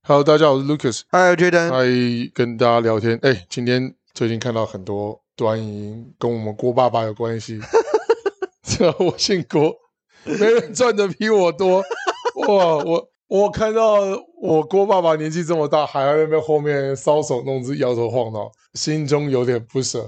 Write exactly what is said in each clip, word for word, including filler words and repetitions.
Hello， 大家好，我是 Lucas。 嗨，我觉得， 嗨，跟大家聊天。哎，今天最近看到很多短影音跟我们郭爸爸有关系。我姓郭，没人赚的比我多。哇，我我看到我郭爸爸年纪这么大，还在那边后面搔首弄姿、摇头晃脑，心中有点不舍。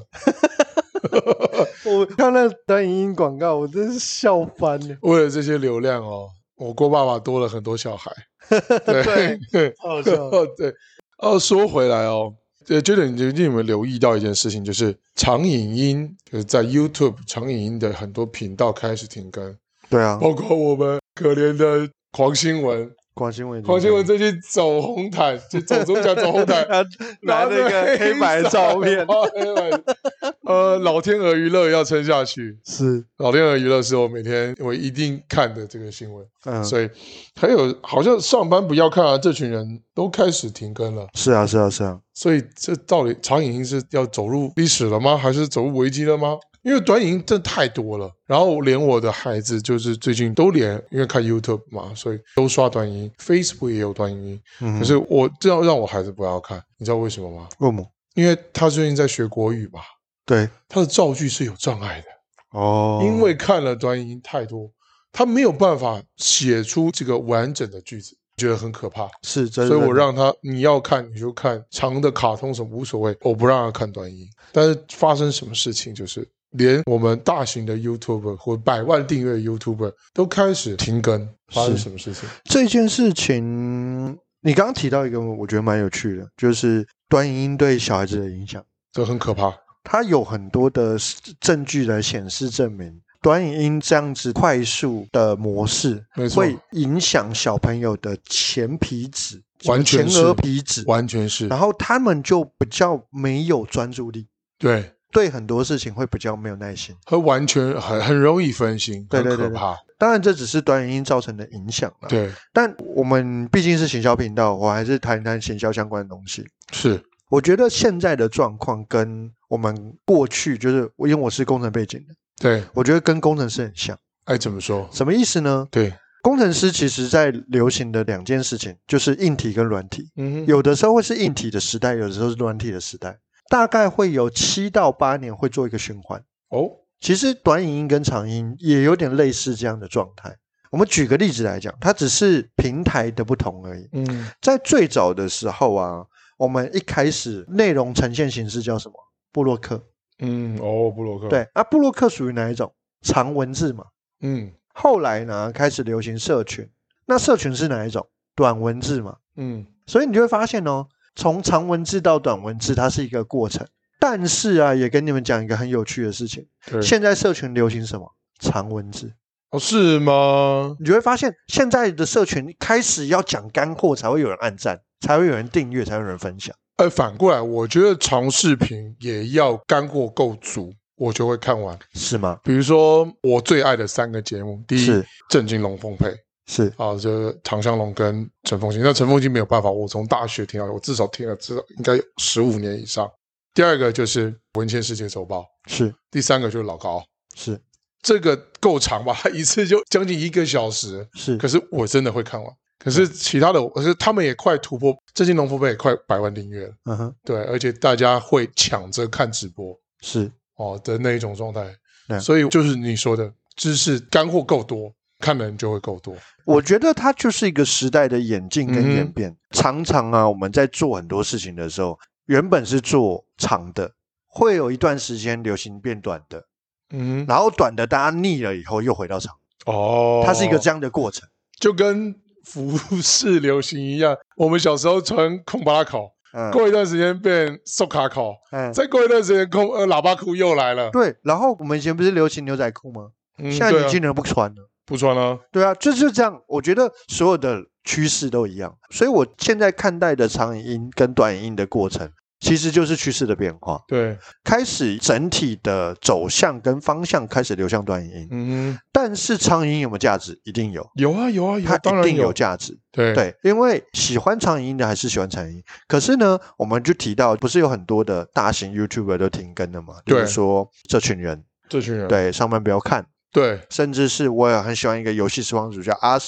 我看那短影音广告，我真是笑翻了。 为了这些流量哦，我郭爸爸多了很多小孩。 对对， 好笑。 对，哦，说回来哦，呃，觉得你最近有没有留意到一件事情，就是长影音，就是在 YouTube 长影音的很多频道开始停更。 对啊， 包括我们可怜的黄新文。 黄新文， 黄新文最近走红毯，就走中奖走红毯， 拿那个黑白照片。 呃，老天鹅娱乐要撑下去， 是老天鹅娱乐是我每天我一定看的这个新闻。 嗯， 所以还有好像上班不要看啊，这群人都开始停更了。 是啊，是啊，是啊。 所以这到底长影音是要走入历史了吗？还是走入危机了吗？因为短影音真的太多了，然后连我的孩子就是最近都连，因为看 YouTube 嘛，所以都刷短影音 ，Facebook 也有短影音。嗯、可是我这样让我孩子不要看，你知道为什么吗？ 为什么？ 因为他最近在学国语嘛， 对， 他的造句是有障碍的。 哦， 因为看了短影音太多，他没有办法写出这个完整的句子，觉得很可怕。 是，所以我让他你要看你就看长的卡通什么无所谓，我不让他看短影。但是发生什么事情，就是连我们大型的 YouTuber 或百万订阅 YouTuber 都开始停更。发生什么事情？ 这件事情你刚刚提到一个我觉得蛮有趣的，就是短影音对小孩子的影响， 这很可怕。 它有很多的证据来显示证明短影音这样子快速的模式会影响小朋友的前皮质， 完全是前额皮质， 完全是， 然后他们就比较没有专注力， 对， 对很多事情会比较没有耐心， 会完全很很容易分心， 对对对对， 很可怕。 当然这只是短影音造成的影响啦， 对，但我们毕竟是行销频道，我还是谈一谈行销相关的东西。 是。 我觉得现在的状况跟我们过去，就是因为我是工程背景的， 对， 我觉得跟工程师很像。 哎，怎么说？ 什么意思呢？ 对， 工程师其实在流行的两件事情，就是硬体跟软体。嗯，有的时候会是硬体的时代，有的时候是软体的时代，大概会有七到八年会做一个循环。哦，其实短影音跟长影音也有点类似这样的状态。我们举个例子来讲，它只是平台的不同而已。嗯，在最早的时候啊，我们一开始内容呈现形式叫什么？部落客。 嗯，哦，部落客。 对，啊，部落客属于哪一种？长文字嘛。 嗯， 后来呢，开始流行社群。那社群是哪一种？短文字嘛。嗯，所以你就会发现哦，从长文字到短文字，它是一个过程。但是啊，也跟你们讲一个很有趣的事情。现在社群流行什么？长文字。 哦，是吗？ 你就会发现，现在的社群开始要讲干货，才会有人按赞，才会有人订阅，才会有人分享。 呃，反过来，我觉得长视频也要干货够足，我就会看完， 是吗？ 比如说我最爱的三个节目，第一， 是郑金龙凤配， 是啊，就是唐湘龙跟陈凤新。那陈凤新没有办法，我从大学听到，我至少听了至少应该有十五年以上。第二个就是文茜世界周报，是。第三个就是老高，是。这个够长吧？一次就将近一个小时，是。可是我真的会看完。可是其他的，可是他们也快突破，郑金龙凤配也快百万订阅了。嗯哼，对，而且大家会抢着看直播，是哦的那一种状态。所以就是你说的，知识干货够多，看的人就会够多。 我觉得它就是一个时代的演进跟演变。嗯、常常啊，我们在做很多事情的时候，原本是做长的，会有一段时间流行变短的。嗯，然后短的大家腻了以后又回到长。哦，它是一个这样的过程， 就跟服饰流行一样。我们小时候穿空巴拉口，嗯、过一段时间变瘦卡口，嗯、再过一段时间空呃喇叭裤又来了。 对，然后我们以前不是流行牛仔裤吗？嗯、现在年轻人不穿了， 不穿了。 对啊，就是这样。我觉得所有的趋势都一样，所以我现在看待的长影音跟短影音的过程。其实就是趋势的变化， 对， 开始整体的走向跟方向开始流向短影音，嗯，但是长影音有没有价值？一定有， 有啊有啊有， 它一定有价值， 对对，因为喜欢长影音的还是喜欢长影音，可是呢，我们就提到，不是有很多的大型 YouTuber 都停更了嘛？比如说这群人， 这群人， 对，上班不要看， 对， 甚至是我也很喜欢一个游戏实况主叫阿神。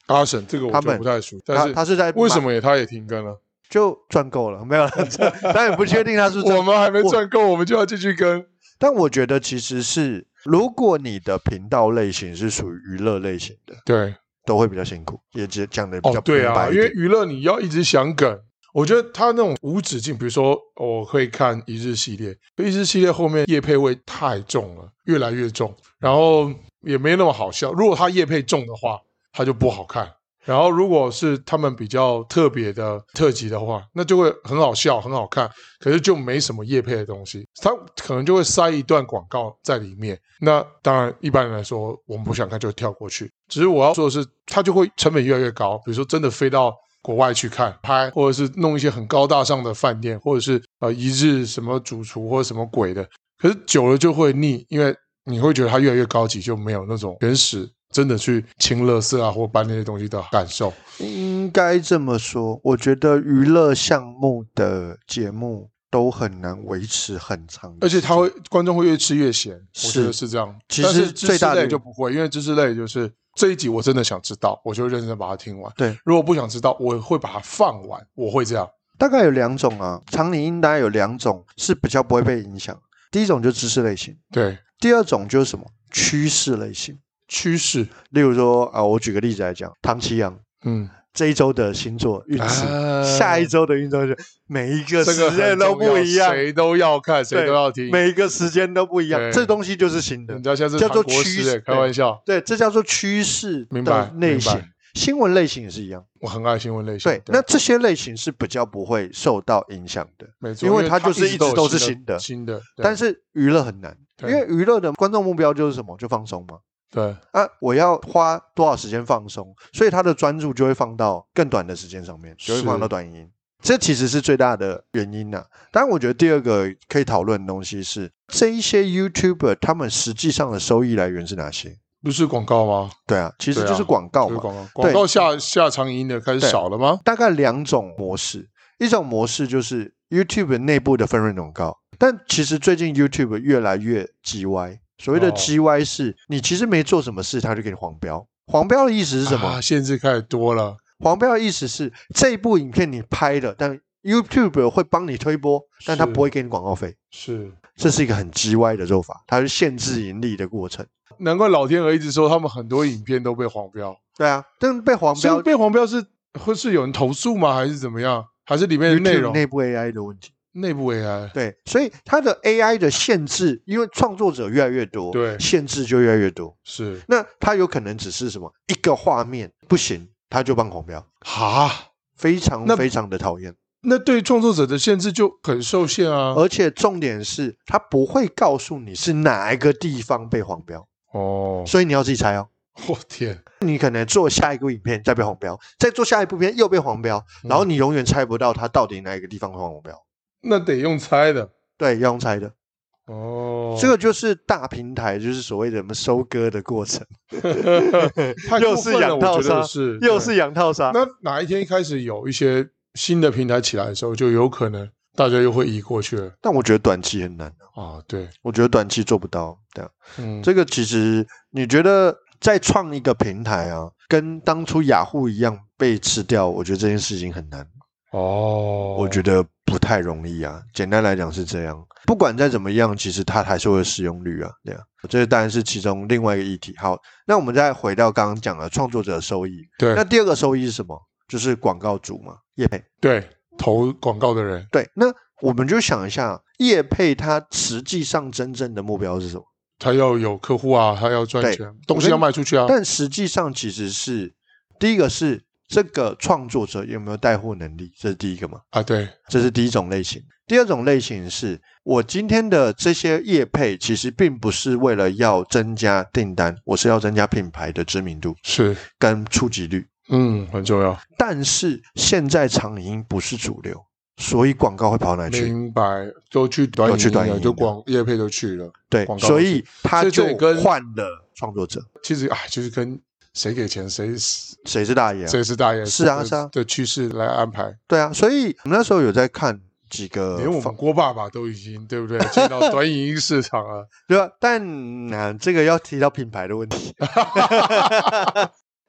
阿神这个我就不太熟，但是他是在为什么也他也停更了？ 就赚够了，没有了，当然不确定他是我们还没赚够，我们就要继续更。 但我觉得其实是，如果你的频道类型是属于娱乐类型的， 对， 都会比较辛苦，也讲的比较哦，对啊，因为娱乐你要一直想梗。我觉得他那种无止境，比如说我会看一日系列，一日系列后面业配味太重了，越来越重，然后也没那么好笑。如果他业配重的话，他就不好看。然后如果是他们比较特别的特辑的话，那就会很好笑很好看，可是就没什么业配的东西，他可能就会塞一段广告在里面。那当然一般人来说我们不想看就跳过去，只是我要说的是他就会成本越来越高，比如说真的飞到国外去看拍，或者是弄一些很高大上的饭店，或者是呃一日什么主厨或者什么鬼的，可是久了就会腻，因为你会觉得它越来越高级，就没有那种原始真的去清垃圾啊或搬那些东西的感受。 应该这么说，我觉得娱乐项目的节目都很难维持很长的， 而且他会观众会越吃越咸，我觉得是这样。 其实最大的知识类就不会，因为知识类就是这一集我真的想知道，我就认真把它听完。 对， 如果不想知道，我会把它放完，我会这样。 大概有两种啊，长影音大概有两种是比较不会被影响。第一种就是知识类型， 对。 第二种就是什么趋势类型。 趋势， 例如说啊，我举个例子来讲，唐綺阳，嗯，这一周的星座运势，啊、下一周的运势，每一个时间都不一样， 谁都要看，谁都要听， 每一个时间都不一样，这东西就是新的， 叫做趋势，开玩笑， 对，这叫做趋势的类型。新闻类型也是一样， 我很爱新闻类型。 对，那这些类型是比较不会受到影响的， 没错， 因为它就是一直都是新的， 新的。 但是娱乐很难，因为娱乐的观众目标就是什么？就放松嘛。 对啊，我要花多少时间放松，所以他的专注就会放到更短的时间上面，就会放到短影音。这其实是最大的原因呐、啊。当然，我觉得第二个可以讨论的东西是，这一些 YouTuber 他们实际上的收益来源是哪些？ 不是广告吗？ 对啊，其实就是广告嘛。 广告，广告下下长影音的开始少了吗？ 大概两种模式，一种模式就是 YouTube 内部的分润广告，但其实最近 YouTube 越来越鸡歪。所谓的 G Y 是、哦、你其实没做什么事，他就给你黄标。黄标的意思是什么？ 啊、限制开始多了。 黄标的意思是这一部影片你拍了，但 YouTube 会帮你推播，但他不会给你广告费。 是， 这是一个很 G Y 的做法，它是限制盈利的过程。 难怪老天鹅一直说他们很多影片都被黄标。 对啊，但被黄标， 被黄标是会是有人投诉吗？还是怎么样？还是里面的内容内部 A I 的问题？ 内部 A I 对，所以它的 A I 的限制，因为创作者越来越多， 对， 限制就越来越多。 是， 那它有可能只是什么一个画面不行，它就帮黄标， 哈， 非常非常的讨厌。 那对创作者的限制就很受限啊。 而且重点是，它不会告诉你是哪一个地方被黄标哦，所以你要自己猜哦。 我天， 你可能做下一部影片再被黄标，再做下一部片又被黄标，嗯、然后你永远猜不到它到底哪一个地方会黄标。 那得用猜的， 对，要用猜的。 哦， 这个就是大平台，就是所谓的什么收割的过程。 又是养套杀， 是又是养套杀。 那哪一天一开始有一些新的平台起来的时候，就有可能大家又会移过去了。 但我觉得短期很难啊，对， 我觉得短期做不到。对啊，嗯，这个其实你觉得再创一个平台啊，跟当初雅虎一样被吃掉，我觉得这件事情很难。哦，我觉得不太容易啊。简单来讲是这样，不管再怎么样，其实它还是会有使用率啊。对啊，这当然是其中另外一个议题。好，那我们再回到刚刚讲的创作者的收益。 对， 那第二个收益是什么？就是广告主嘛，业配。 对，投广告的人。 对，那我们就想一下，业配它实际上真正的目标是什么？ 他要有客户啊，他要赚钱，东西要卖出去啊。 但实际上其实是第一个是。这个创作者有没有带货能力？这是第一个嘛？ 啊，对， 这是第一种类型。第二种类型是我今天的这些业配，其实并不是为了要增加订单，我是要增加品牌的知名度， 是跟触及率， 嗯，很重要。 但是现在长影音不是主流，所以广告会跑哪去？ 明白，都去短影音了，就广业配都去了， 对，所以他就换了创作者。 其实啊，就是跟。谁给钱谁谁是大爷、啊， 谁是大爷， 是啊是啊的趋势来安排。 对啊，所以我们那时候有在看几个， 连我们郭爸爸都已经对不对进到短影音市场了， 对吧？但、啊、这个要提到品牌的问题。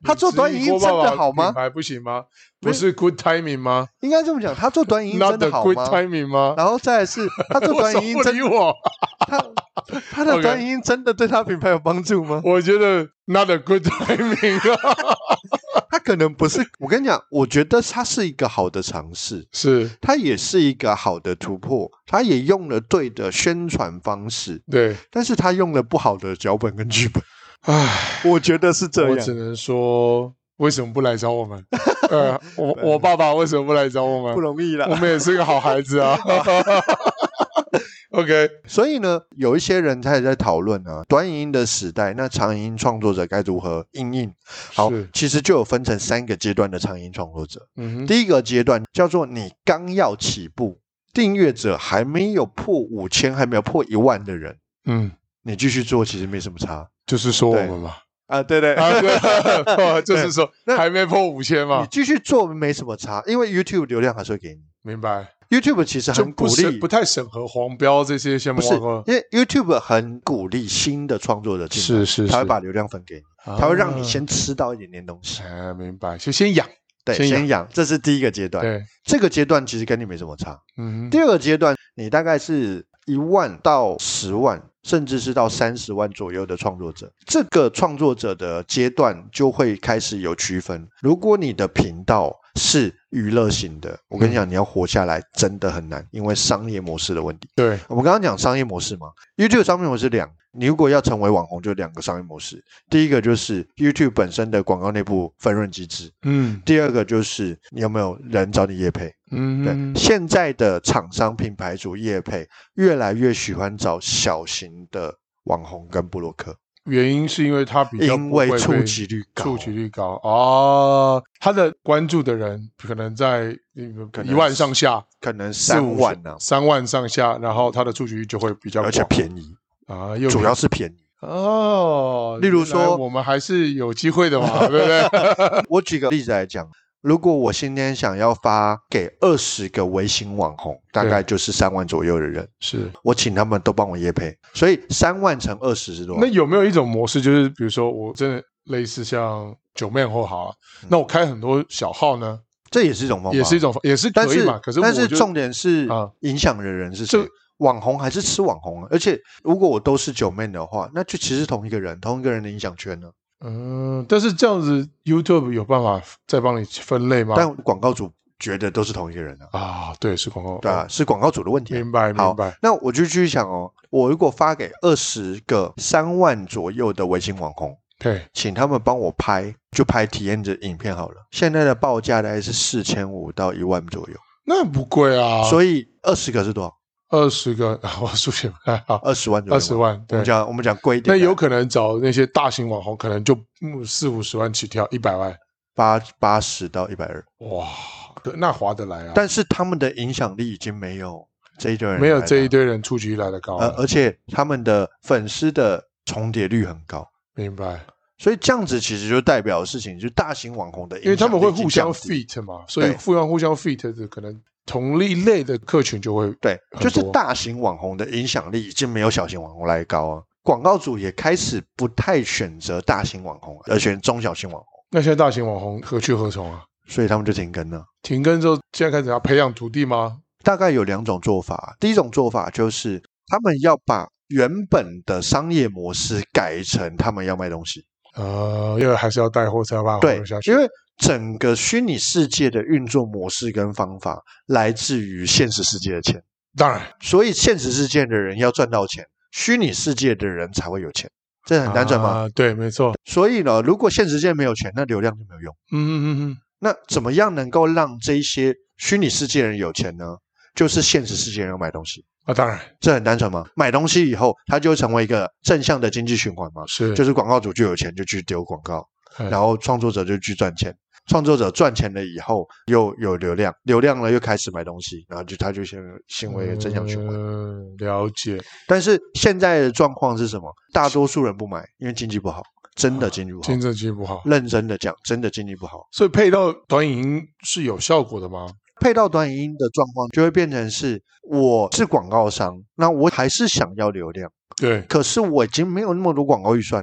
他做短影音真的好吗？ 还不行吗？不是 good timing 吗？ 应该这么讲，他做短影音真的好吗 ？Not the good timing 吗？ 然后再来是他做短影音真的我他他的短影音真的对他品牌有帮助吗？ 我觉得 not a good timing 啊。 他可能不是，我跟你讲，我觉得他是一个好的尝试， 是， 他也是一个好的突破，他也用了对的宣传方式， 对， 但是他用了不好的脚本跟剧本，唉，我觉得是这样。 我只能说，为什么不来找我们？呃，我我爸爸为什么不来找我们？ 不容易啦， 我们也是个好孩子啊。OK， 所以呢，有一些人他也在讨论啊，短影音的时代，那长影音创作者该如何因应？好，其实就有分成三个阶段的长影音创作者。嗯哼，第一个阶段叫做你刚要起步，订阅者还没有破五千，还没有破一万的人，嗯，你继续做其实没什么差， 就是说我们嘛。 啊，对对啊，对，就是说还没破五千嘛， 你继续做没什么差，因为 YouTube 流量还是会给你。 明白。 YouTube 其实很鼓励， 不太审核黄标这些项目， 不是，因为 YouTube 很鼓励新的创作者进来， 是是是， 他会把流量分给你，啊、他会让你先吃到一点点东西。 哎，明白，就先养， 对，先 养, 先养，这是第一个阶段。 对， 这个阶段其实跟你没什么差。嗯，第二个阶段，你大概是一万到十万，甚至是到三十万左右的创作者，这个创作者的阶段就会开始有区分。如果你的频道是娱乐型的，我跟你讲，你要活下来真的很难，因为商业模式的问题。 对， 我们刚刚讲商业模式嘛 ，YouTube 商业模式两，你如果要成为网红，就两个商业模式。第一个就是 YouTube 本身的广告内部分润机制，嗯，第二个就是你有没有人找你业配。嗯，对，现在的厂商品牌主业配越来越喜欢找小型的网红跟部落客。 原因是因为他比较因为触及率高， 触及率高哦，他的关注的人可能在一万上下， 可能三万呢、啊， 三万上下，然后他的触及率就会比较高， 而且便宜啊，又主要是便宜哦。 例如说， 我们还是有机会的嘛，对不对？ 我举个例子来讲。如果我今天想要发给二十个微型网红，大概就是三万左右的人， 是我请他们都帮我业配，所以三万乘二十是多少？ 那有没有一种模式，就是比如说我真的类似像九妹或好、啊嗯，那我开很多小号呢？ 这也是一种方法， 也是一种，也是可以嘛？可是但是重点是影响的人是谁？网红还是吃网红、啊？而且如果我都是九妹的话，那就其实同一个人，同一个人的影响圈呢？ 嗯，但是这样子 YouTube 有办法再帮你分类吗？ 但广告主觉得都是同一个人啊。 啊，对，是广告， 对啊，是广告主的问题、啊。 明白，明白。 那我就继续想哦，我如果发给二十个三万左右的微信网红， 对， 请他们帮我拍，就拍体验的影片好了。现在的报价大概是四千五到一万左右， 那不贵啊。 所以二十个是多少？ 二十个，我数学不太好， 二十万左右， 二十万。对， 我们讲我们讲贵一点， 那有可能找那些大型网红，可能就四五十万起跳，一百万， 八八十到一百二， 哇，那划得来啊！ 但是他们的影响力已经没有这一堆人， 没有这一堆人触及来的高、 呃，而且他们的粉丝的重叠率很高， 明白。 所以这样子其实就代表的事情，就是大型网红的影响力， 因为他们会互相 fit 嘛，所以互相互相 fit 的可能。同一类的客群就会对，就是大型网红的影响力已经没有小型网红来高啊。广告主也开始不太选择大型网红，而选中小型网红。 那现在大型网红何去何从啊？ 所以他们就停更了。 停更之后，现在开始要培养徒弟吗？ 大概有两种做法。第一种做法就是他们要把原本的商业模式改成他们要卖东西。 呃，因为还是要带货才有办法活下去。 对，因为整个虚拟世界的运作模式跟方法来自于现实世界的钱， 当然， 所以现实世界的人要赚到钱，虚拟世界的人才会有钱，这很单纯吗？ 啊，对，没错。 所以呢，如果现实世界没有钱，那流量就没有用。 嗯嗯嗯嗯。 那怎么样能够让这些虚拟世界的人有钱呢？就是现实世界人要买东西啊，当然， 这很单纯嘛。买东西以后，它就会成为一个正向的经济循环嘛。 是， 就是广告主就有钱就去丢广告，然后创作者就去赚钱。创作者赚钱了以后，又有流量，流量了又开始买东西，然后就他就先行为正向循环。 嗯，了解。 但是现在的状况是什么？大多数人不买，因为经济不好，真的经济不好， 真的经济不好。 认真的讲，真的经济不好。 所以配到短影音是有效果的吗？ 配到短影音的状况就会变成是，我是广告商，那我还是想要流量， 对， 可是我已经没有那么多广告预算了。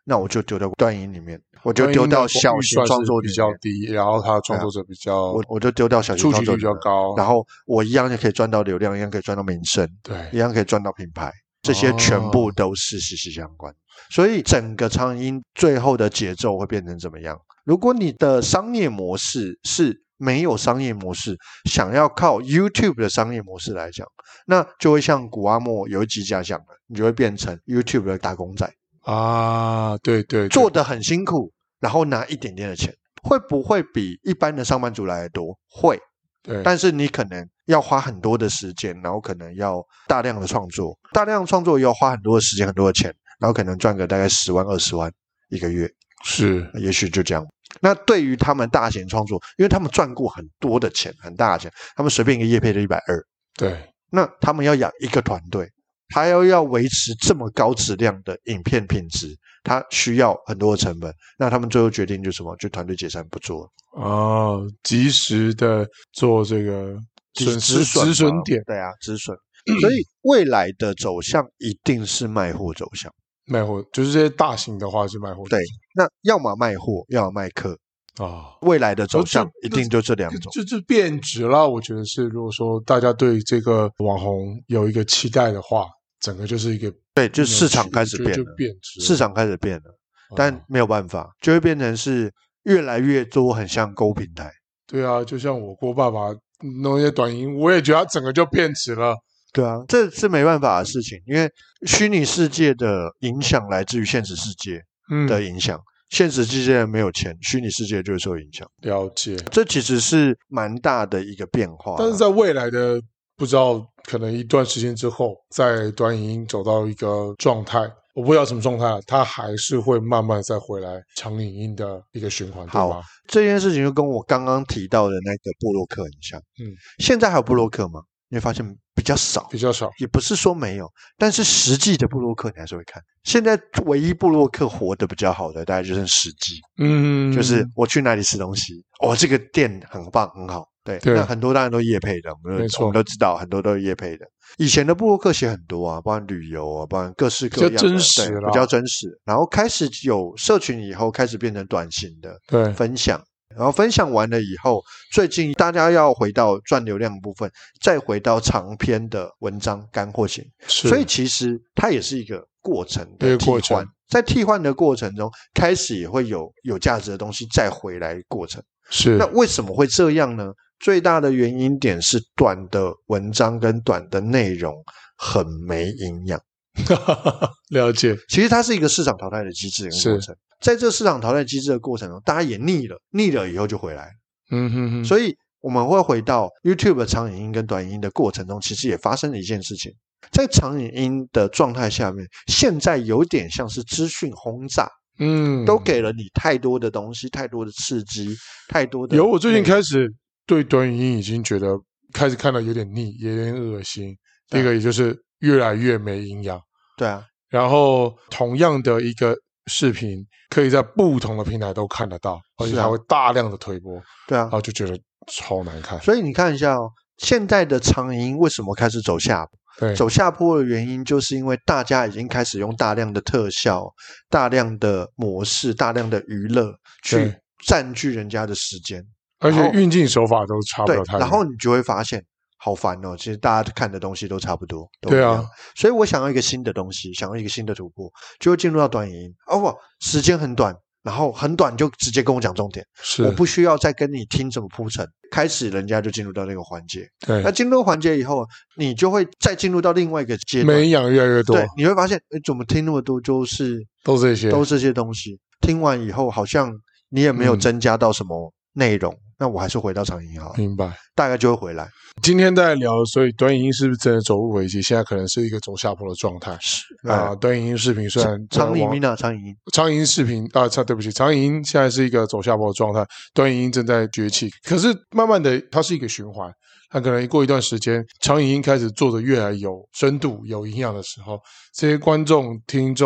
那我就丢到短影音里面，我就丢到小型创作比较低，然后他的创作者比较， 我我就丢到小型创作者触及率比较高， 然后我一样就可以赚到流量，一样可以赚到名声， 对， 一样可以赚到品牌，这些全部都是息息相关。哦、所以整个长影音最后的节奏会变成怎么样？如果你的商业模式是没有商业模式，想要靠 YouTube 的商业模式来讲，那就会像古阿莫有一集讲讲的，你就会变成 YouTube 的打工仔啊，对 对, 对， 做得很辛苦，然后拿一点点的钱，会不会比一般的上班族来的多？会， 对， 但是你可能要花很多的时间，然后可能要大量的创作，大量的创作也要花很多的时间，很多的钱，然后可能赚个大概十万二十万一个月， 是， 也许就这样。那对于他们大型创作，因为他们赚过很多的钱，很大的钱，他们随便一个业配就一百二， 对， 那他们要养一个团队，还要要维持这么高质量的影片品质，他需要很多的成本。那他们最后决定就什么？就团队解散不做了。 哦，及时的做这个损失止损点， 对啊，止损。所以未来的走向一定是卖货走向。 卖货就是这些大型的话是卖货， 对，那要么卖货，要么卖课啊、哦。 未来的走向一定就这两种， 就是变质了。我觉得是，如果说大家对这个网红有一个期待的话，整个就是一个对，就市场开始变了， 就变质了， 市场开始变了，但没有办法，就会变成是越来越多很像购平台。 对啊，就像我郭爸爸弄一些短音，我也觉得它整个就变质了。 对啊，这是没办法的事情，因为虚拟世界的影响来自于现实世界的影响，嗯、现实世界没有钱，虚拟世界就会受影响。 了解， 这其实是蛮大的一个变化。 但是在未来的不知道可能一段时间之后，在短影音走到一个状态，我不知道什么状态，它还是会慢慢再回来长影音的一个循环，对吗？ 这件事情就跟我刚刚提到的那个部落客很像。嗯，现在还有部落客吗？你会发现比较少， 比较少， 也不是说没有，但是实际的部落客你还是会看。现在唯一部落客活得比较好的，大概就是实际，嗯，就是我去哪里吃东西，哦，这个店很棒很好，对，对，那很多当然都业配的，我们没错，我们都知道很多都是业配的。以前的部落客写很多啊，包含旅游啊，包含各式各样的， 比较真实啦， 比较真实。然后开始有社群以后，开始变成短型的对分享。然后分享完了以后，最近大家要回到赚流量的部分，再回到长篇的文章干货型，所以其实它也是一个过程的替换，在替换的过程中，开始也会有有价值的东西再回来过程。 是， 那为什么会这样呢？最大的原因点是短的文章跟短的内容很没营养。 了解， 其实它是一个市场淘汰的机制跟过程。在这市场淘汰机制的过程中，大家也腻了，腻了以后就回来了。嗯哼哼。所以我们会回到 YouTube 的长影音跟短影音的过程中，其实也发生了一件事情。在长影音的状态下面，现在有点像是资讯轰炸，嗯，都给了你太多的东西，太多的刺激，太多的。 有，我最近开始对短影音已经觉得开始看到有点腻，有点恶心。第一个也就是越来越没营养。 对啊。 然后同样的一个视频可以在不同的平台都看得到，而且还会大量的推播。 对啊， 然后就觉得超难看。 所以你看一下哦，现在的长影音为什么开始走下坡？ 对， 走下坡的原因就是因为大家已经开始用大量的特效、大量的模式、大量的娱乐去占据人家的时间， 而且运镜手法都差不了太多。 然后你就会发现好烦哦，其实大家看的东西都差不多。 对啊， 所以我想要一个新的东西，想要一个新的突破，就会进入到短影音。哦，时间很短，然后很短就直接跟我讲重点， 是我不需要再跟你听怎么铺陈，开始人家就进入到那个环节。 对， 那进入环节以后，你就会再进入到另外一个阶段， 没营养越来越多。 对，你会发现，哎，怎么听那么多就是都这些， 都这些东西。听完以后，好像你也没有增加到什么内容。嗯，那我还是回到长影音好了， 明白， 大概就会回来。 今天在聊，所以短影音是不是真的走入危机？现在可能是一个走下坡的状态。 是啊、呃，短影音视频虽然长影音啊，长影音， 长影音视频啊，长对不起，长影音现在是一个走下坡的状态，短影音正在崛起。可是慢慢的，它是一个循环。它可能过一段时间，长影音开始做的越来有深度、有营养的时候，这些观众、听众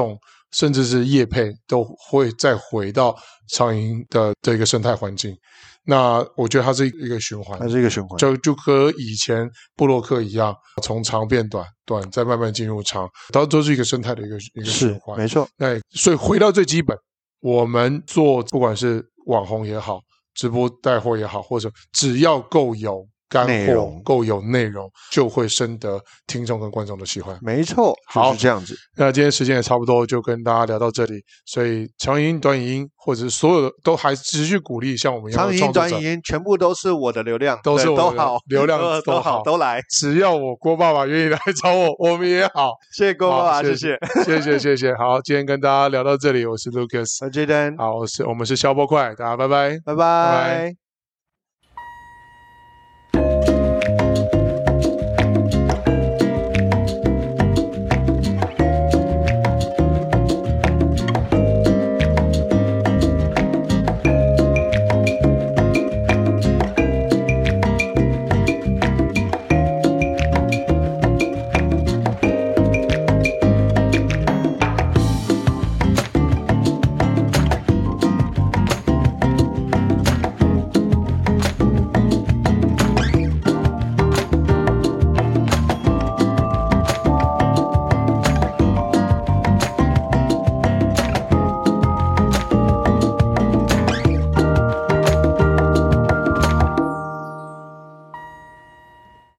甚至是业配都会再回到长影的的一个生态环境。那我觉得它是一个循环， 它是一个循环， 就就和以前部落客一样，从长变短，短再慢慢进入长，它都是一个生态的一个一个循环。 没错。 对，所以回到最基本，我们做不管是网红也好，直播带货也好，或者只要够有干货够有内容，就会深得听众跟观众的喜欢。 没错，就是这样子。 那今天时间也差不多，就跟大家聊到这里。所以长影音、短影音，或者是所有的都还持续鼓励像我们一样的创作者。 长影音、短影音全部都是我的流量， 都是我的都好， 流量都, 都好，都来。 只要我郭爸爸愿意来找我，我们也好。 谢谢郭爸爸，谢谢， 谢谢，谢谢。好，今天跟大家聊到这里，我是 Lucas， 我是 Jaden， 好，我是我们是消波快，大家拜拜， 拜拜。拜拜。